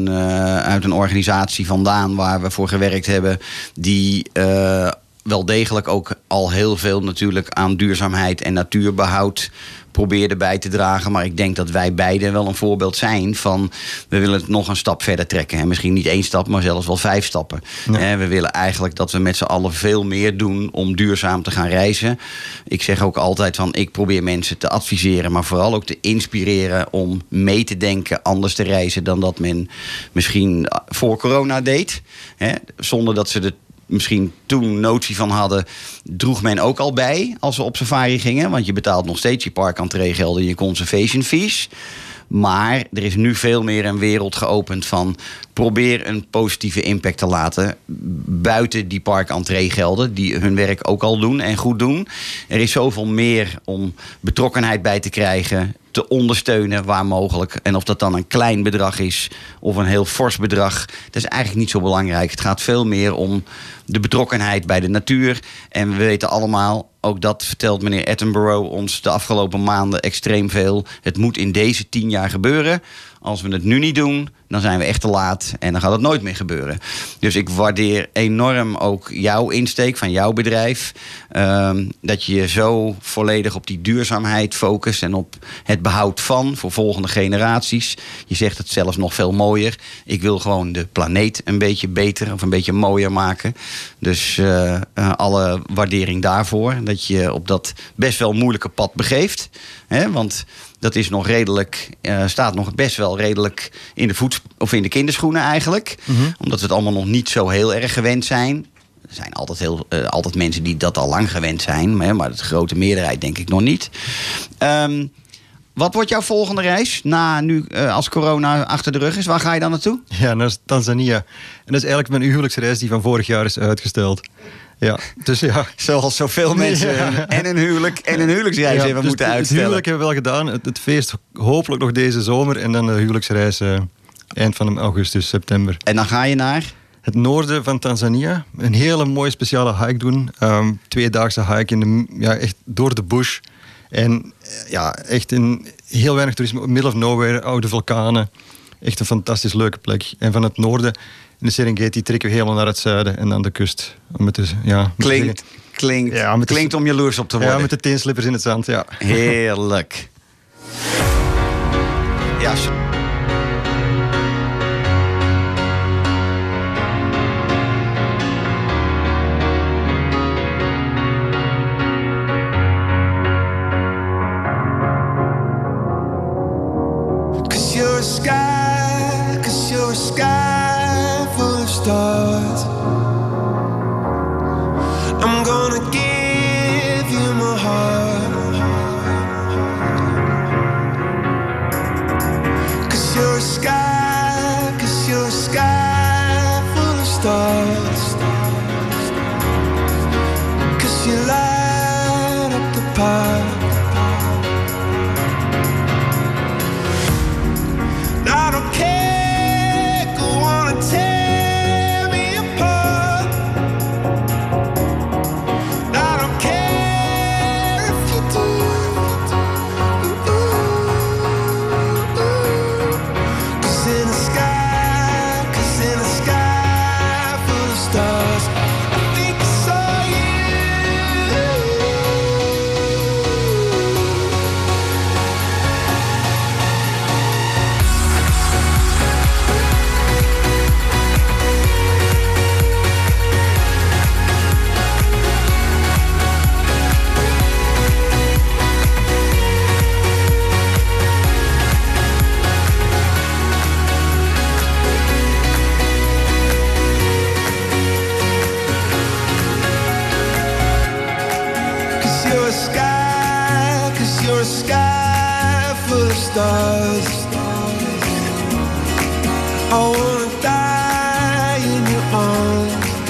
S4: uit een organisatie vandaan waar we voor gewerkt hebben, die wel degelijk ook al heel veel natuurlijk aan duurzaamheid en natuurbehoud probeerde bij te dragen. Maar ik denk dat wij beiden wel een voorbeeld zijn van, we willen het nog een stap verder trekken. En misschien niet 1 stap, maar zelfs wel 5 stappen. Ja. We willen eigenlijk dat we met z'n allen veel meer doen om duurzaam te gaan reizen. Ik zeg ook altijd van, ik probeer mensen te adviseren, maar vooral ook te inspireren om mee te denken, anders te reizen dan dat men misschien voor corona deed. Zonder dat ze de misschien toen notie van hadden, droeg men ook al bij als we op safari gingen. Want je betaalt nog steeds je park-entreegelden en je conservation fees. Maar er is nu veel meer een wereld geopend van, probeer een positieve impact te laten buiten die park-entreegelden, die hun werk ook al doen en goed doen. Er is zoveel meer om betrokkenheid bij te krijgen, te ondersteunen waar mogelijk. En of dat dan een klein bedrag is of een heel fors bedrag, dat is eigenlijk niet zo belangrijk. Het gaat veel meer om de betrokkenheid bij de natuur. En we weten allemaal, ook dat vertelt meneer Attenborough ons de afgelopen maanden extreem veel. Het moet in deze 10 jaar gebeuren. Als we het nu niet doen, dan zijn we echt te laat en dan gaat het nooit meer gebeuren. Dus ik waardeer enorm ook jouw insteek van jouw bedrijf. Dat je je zo volledig op die duurzaamheid focust en op het behoud van voor volgende generaties. Je zegt het zelfs nog veel mooier. Ik wil gewoon de planeet een beetje beter of een beetje mooier maken. Dus alle waardering daarvoor. Dat je op dat best wel moeilijke pad begeeft. Want dat is nog redelijk, staat nog best wel redelijk in de kinderschoenen eigenlijk. Mm-hmm. Omdat we het allemaal nog niet zo heel erg gewend zijn. Er zijn altijd mensen die dat al lang gewend zijn. Maar de grote meerderheid denk ik nog niet. Wat wordt jouw volgende reis na nu als corona achter de rug is? Waar ga je dan naartoe?
S5: Ja, naar Tanzania. En dat is eigenlijk mijn huwelijksreis die van vorig jaar is uitgesteld. Ja, dus ja.
S4: Zoals zoveel mensen en een huwelijk en een huwelijksreis hebben moeten uitstellen.
S5: Het huwelijk hebben we wel gedaan. Het feest hopelijk nog deze zomer. En dan de huwelijksreis eind van augustus, september.
S4: En dan ga je naar?
S5: Het noorden van Tanzania. Een hele mooie speciale hike doen. 2-daagse hike echt door de bush. En echt een heel weinig toerisme. Middle of nowhere, oude vulkanen. Echt een fantastisch leuke plek. En van het noorden, in de Serengeti, trekken we helemaal naar het zuiden en aan de kust.
S4: Klinkt om jaloers op te worden.
S5: Ja, met de teenslippers in het zand, ja.
S4: Heerlijk. Ja,
S6: You're a sky full of stars. I'm gonna give you my heart. 'Cause you're a sky full of stars. 'Cause you light up the park. I don't care, go on and tear me apart. I don't care if you do. Cause in a sky full of stars, I think I saw you. Cause you're a sky full of stars. I wanna die in your arms.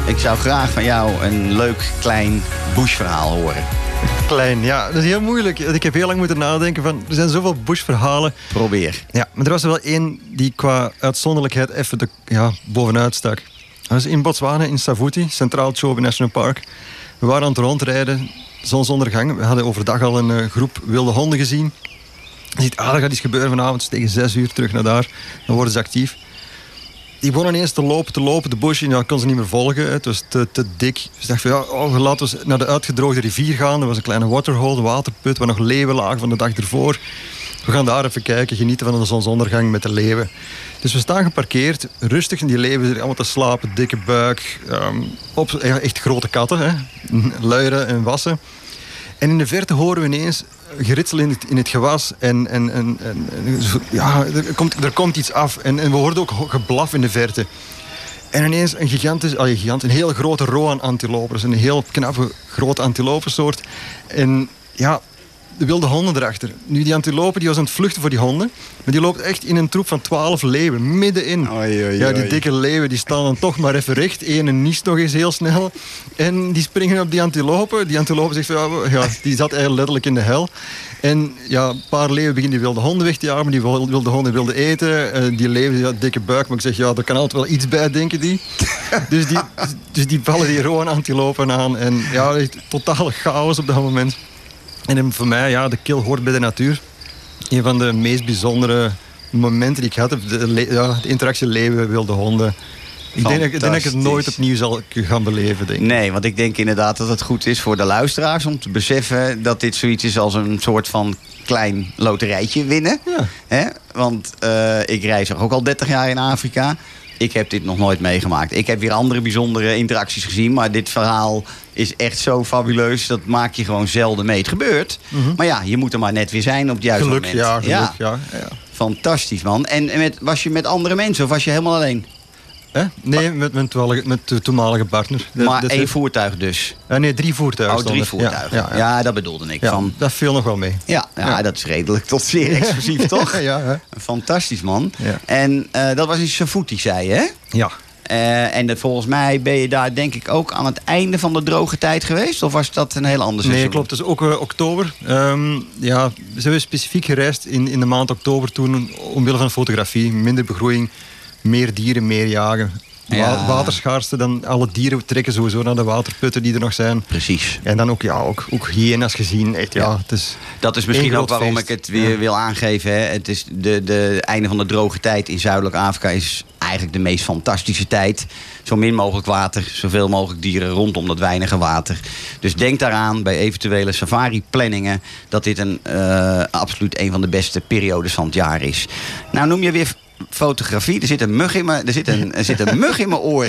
S4: Ik zou graag van jou een leuk klein bushverhaal horen.
S5: Klein, ja, dat is heel moeilijk. Ik heb heel lang moeten nadenken van, er zijn zoveel bushverhalen.
S4: Probeer.
S5: Ja, maar er was er wel één die qua uitzonderlijkheid even bovenuit stak. Dat was in Botswana, in Savuti, Centraal Chobe National Park. We waren aan het rondrijden, zonsondergang. We hadden overdag al een groep wilde honden gezien. Je ziet, er gaat iets gebeuren vanavond, tegen 6 uur terug naar daar. Dan worden ze actief. Die begonnen ineens te lopen, de bush in. Ja, ik kon ze niet meer volgen, het was te dik. Dus ik dacht van, laten we naar de uitgedroogde rivier gaan. Er was een kleine waterhole, een waterput, waar nog leeuwen lagen van de dag ervoor. We gaan daar even kijken, genieten van de zonsondergang met de leeuwen. Dus we staan geparkeerd, rustig, en die leeuwen zitten allemaal te slapen, dikke buik. Echt grote katten, hè? Luieren en wassen. En in de verte horen we ineens geritsel in het gewas en er komt iets af. En we hoorden ook geblaf in de verte. En ineens een heel grote roan-antilope. Dat is een heel knappe, grote antilopensoort. En ja, de wilde honden erachter. Nu, die antilope die was aan het vluchten voor die honden. Maar die loopt echt in een troep van 12 leeuwen, middenin. Ja, die dikke leeuwen die staan dan toch maar even recht. Eén niest nog eens heel snel. En die springen op die antilope. Die antilope zegt van, die zat eigenlijk letterlijk in de hel. En ja, een paar leeuwen beginnen die wilde honden weg te jagen. Maar die wilde honden wilden eten. Die leeuwen die had dikke buik. Maar ik zeg, ja, er kan altijd wel iets bij, denken die. dus die vallen die roan-antilopen aan. En ja, totale chaos op dat moment. En voor mij, ja, de kill hoort bij de natuur. Een van de meest bijzondere momenten die ik had. De interactie leeuwen, wilde honden. Ik denk dat ik het nooit opnieuw zal gaan beleven, denk ik.
S4: Nee, want ik denk inderdaad dat het goed is voor de luisteraars om te beseffen dat dit zoiets is als een soort van klein loterijtje winnen.
S5: Ja.
S4: Hè? Want ik reis ook al 30 jaar in Afrika. Ik heb dit nog nooit meegemaakt. Ik heb weer andere bijzondere interacties gezien. Maar dit verhaal is echt zo fabuleus. Dat maak je gewoon zelden mee. Het gebeurt. Maar ja, je moet er maar net weer zijn op het juiste moment.
S5: Geluk.
S4: Fantastisch, man. En was je met andere mensen of was je helemaal alleen?
S5: Nee, met de toenmalige partner.
S4: Maar één voertuig dus?
S5: Nee, 3 voertuigen.
S4: 3 voertuigen. Ja, dat bedoelde ik.
S5: Ja, dat viel nog wel mee.
S4: Ja, dat is redelijk tot zeer exclusief, toch?
S5: Ja.
S4: Fantastisch, man.
S5: Ja.
S4: En dat was in Savuti, zei je, hè?
S5: Ja.
S4: En volgens mij ben je daar denk ik ook aan het einde van de droge tijd geweest? Of was dat een heel ander seizoen?
S5: Nee, klopt. Dat is ook oktober. We zijn specifiek gereisd in de maand oktober toen, omwille van fotografie, minder begroeiing, meer dieren, meer jagen. Waterschaarste, dan alle dieren trekken sowieso naar de waterputten die er nog zijn.
S4: Precies.
S5: En dan ook hyena's gezien. Echt, het is
S4: dat is misschien ook waarom ik het weer wil aangeven. Hè. Het is de einde van de droge tijd in Zuidelijk Afrika is eigenlijk de meest fantastische tijd. Zo min mogelijk water, zoveel mogelijk dieren rondom dat weinige water. Dus denk daaraan bij eventuele safari-planningen dat dit absoluut een van de beste periodes van het jaar is. Nou, noem je weer fotografie. Er zit een mug in mijn oor.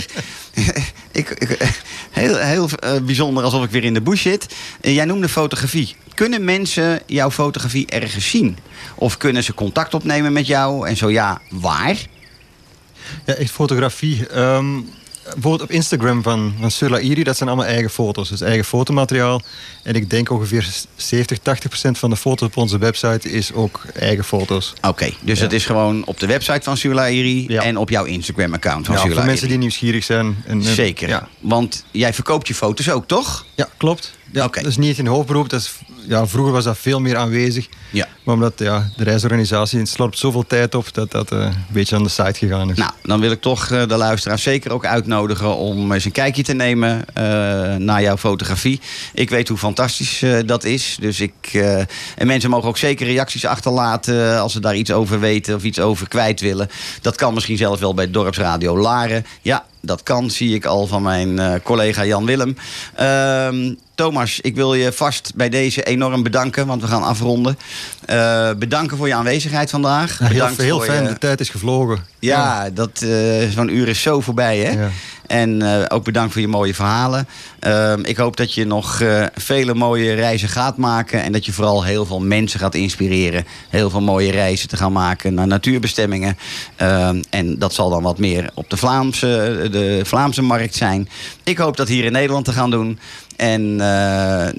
S4: Heel bijzonder, alsof ik weer in de bush zit. Jij noemde fotografie. Kunnen mensen jouw fotografie ergens zien? Of kunnen ze contact opnemen met jou? En zo ja, waar?
S5: Ja, echt fotografie. Bijvoorbeeld op Instagram van Sur Lahiri, dat zijn allemaal eigen foto's. Dus eigen fotomateriaal. En ik denk ongeveer 70-80% van de foto's op onze website is ook eigen foto's.
S4: Oké, dus het is gewoon op de website van Sur Lahiri en op jouw Instagram-account van Sur Lahiri.
S5: Voor mensen die nieuwsgierig zijn.
S4: Zeker, want jij verkoopt je foto's ook, toch?
S5: Ja, klopt. Ja,
S4: Okay.
S5: Dat is niet een hoofdberoep. Dat is, vroeger was dat veel meer aanwezig.
S4: Ja.
S5: Maar omdat de reisorganisatie slorpt zoveel tijd op dat een beetje aan de site gegaan is.
S4: Nou, dan wil ik toch de luisteraars zeker ook uitnodigen om eens een kijkje te nemen naar jouw fotografie. Ik weet hoe fantastisch dat is. Dus en mensen mogen ook zeker reacties achterlaten als ze daar iets over weten of iets over kwijt willen. Dat kan misschien zelfs wel bij Dorpsradio Laren. Ja, dat kan, zie ik al van mijn collega Jan Willem. Thomas, ik wil je vast bij deze enorm bedanken, want we gaan afronden. Bedanken voor je aanwezigheid vandaag.
S5: Ja, heel fijn, de tijd is gevlogen.
S4: Ja, zo'n uur is zo voorbij, hè? Ja. En ook bedankt voor je mooie verhalen. Ik hoop dat je nog vele mooie reizen gaat maken. En dat je vooral heel veel mensen gaat inspireren. Heel veel mooie reizen te gaan maken naar natuurbestemmingen. En dat zal dan wat meer op de Vlaamse markt zijn. Ik hoop dat hier in Nederland te gaan doen. En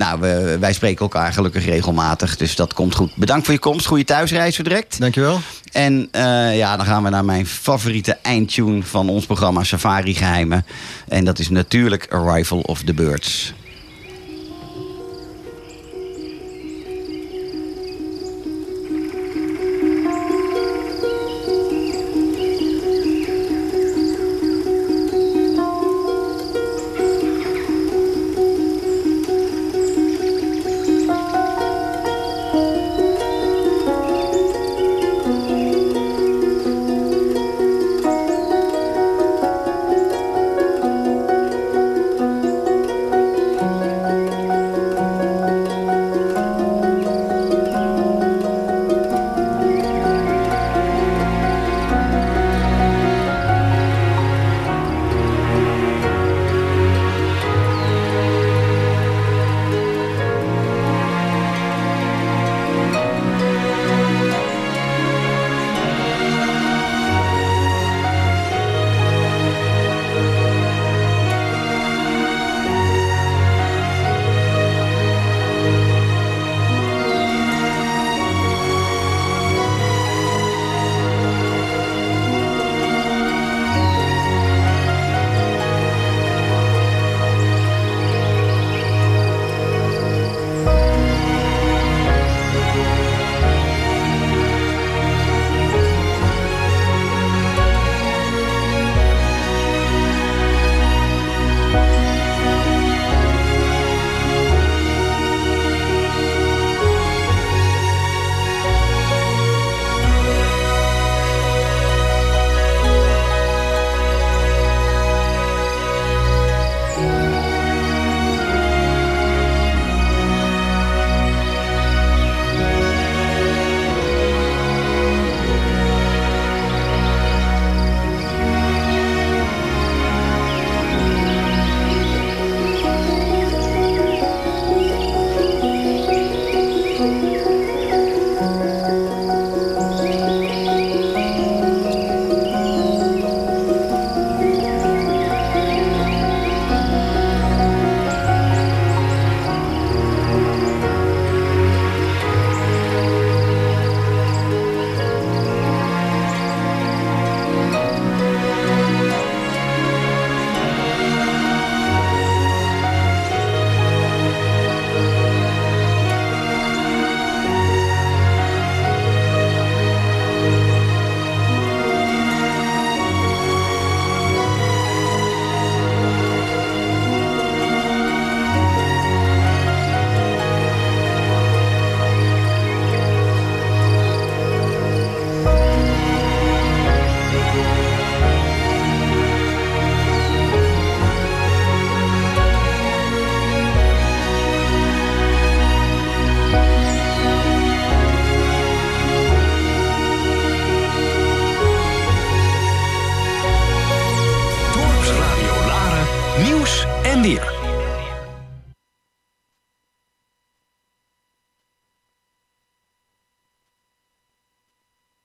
S4: wij spreken elkaar gelukkig regelmatig. Dus dat komt goed. Bedankt voor je komst. Goeie thuisreis zo direct.
S5: Dankjewel.
S4: En dan gaan we naar mijn favoriete eindtune van ons programma Safari Geheimen. En dat is natuurlijk Arrival of the Birds.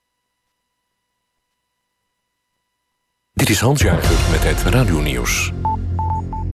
S8: Dit is Hans Jager met het radionieuws.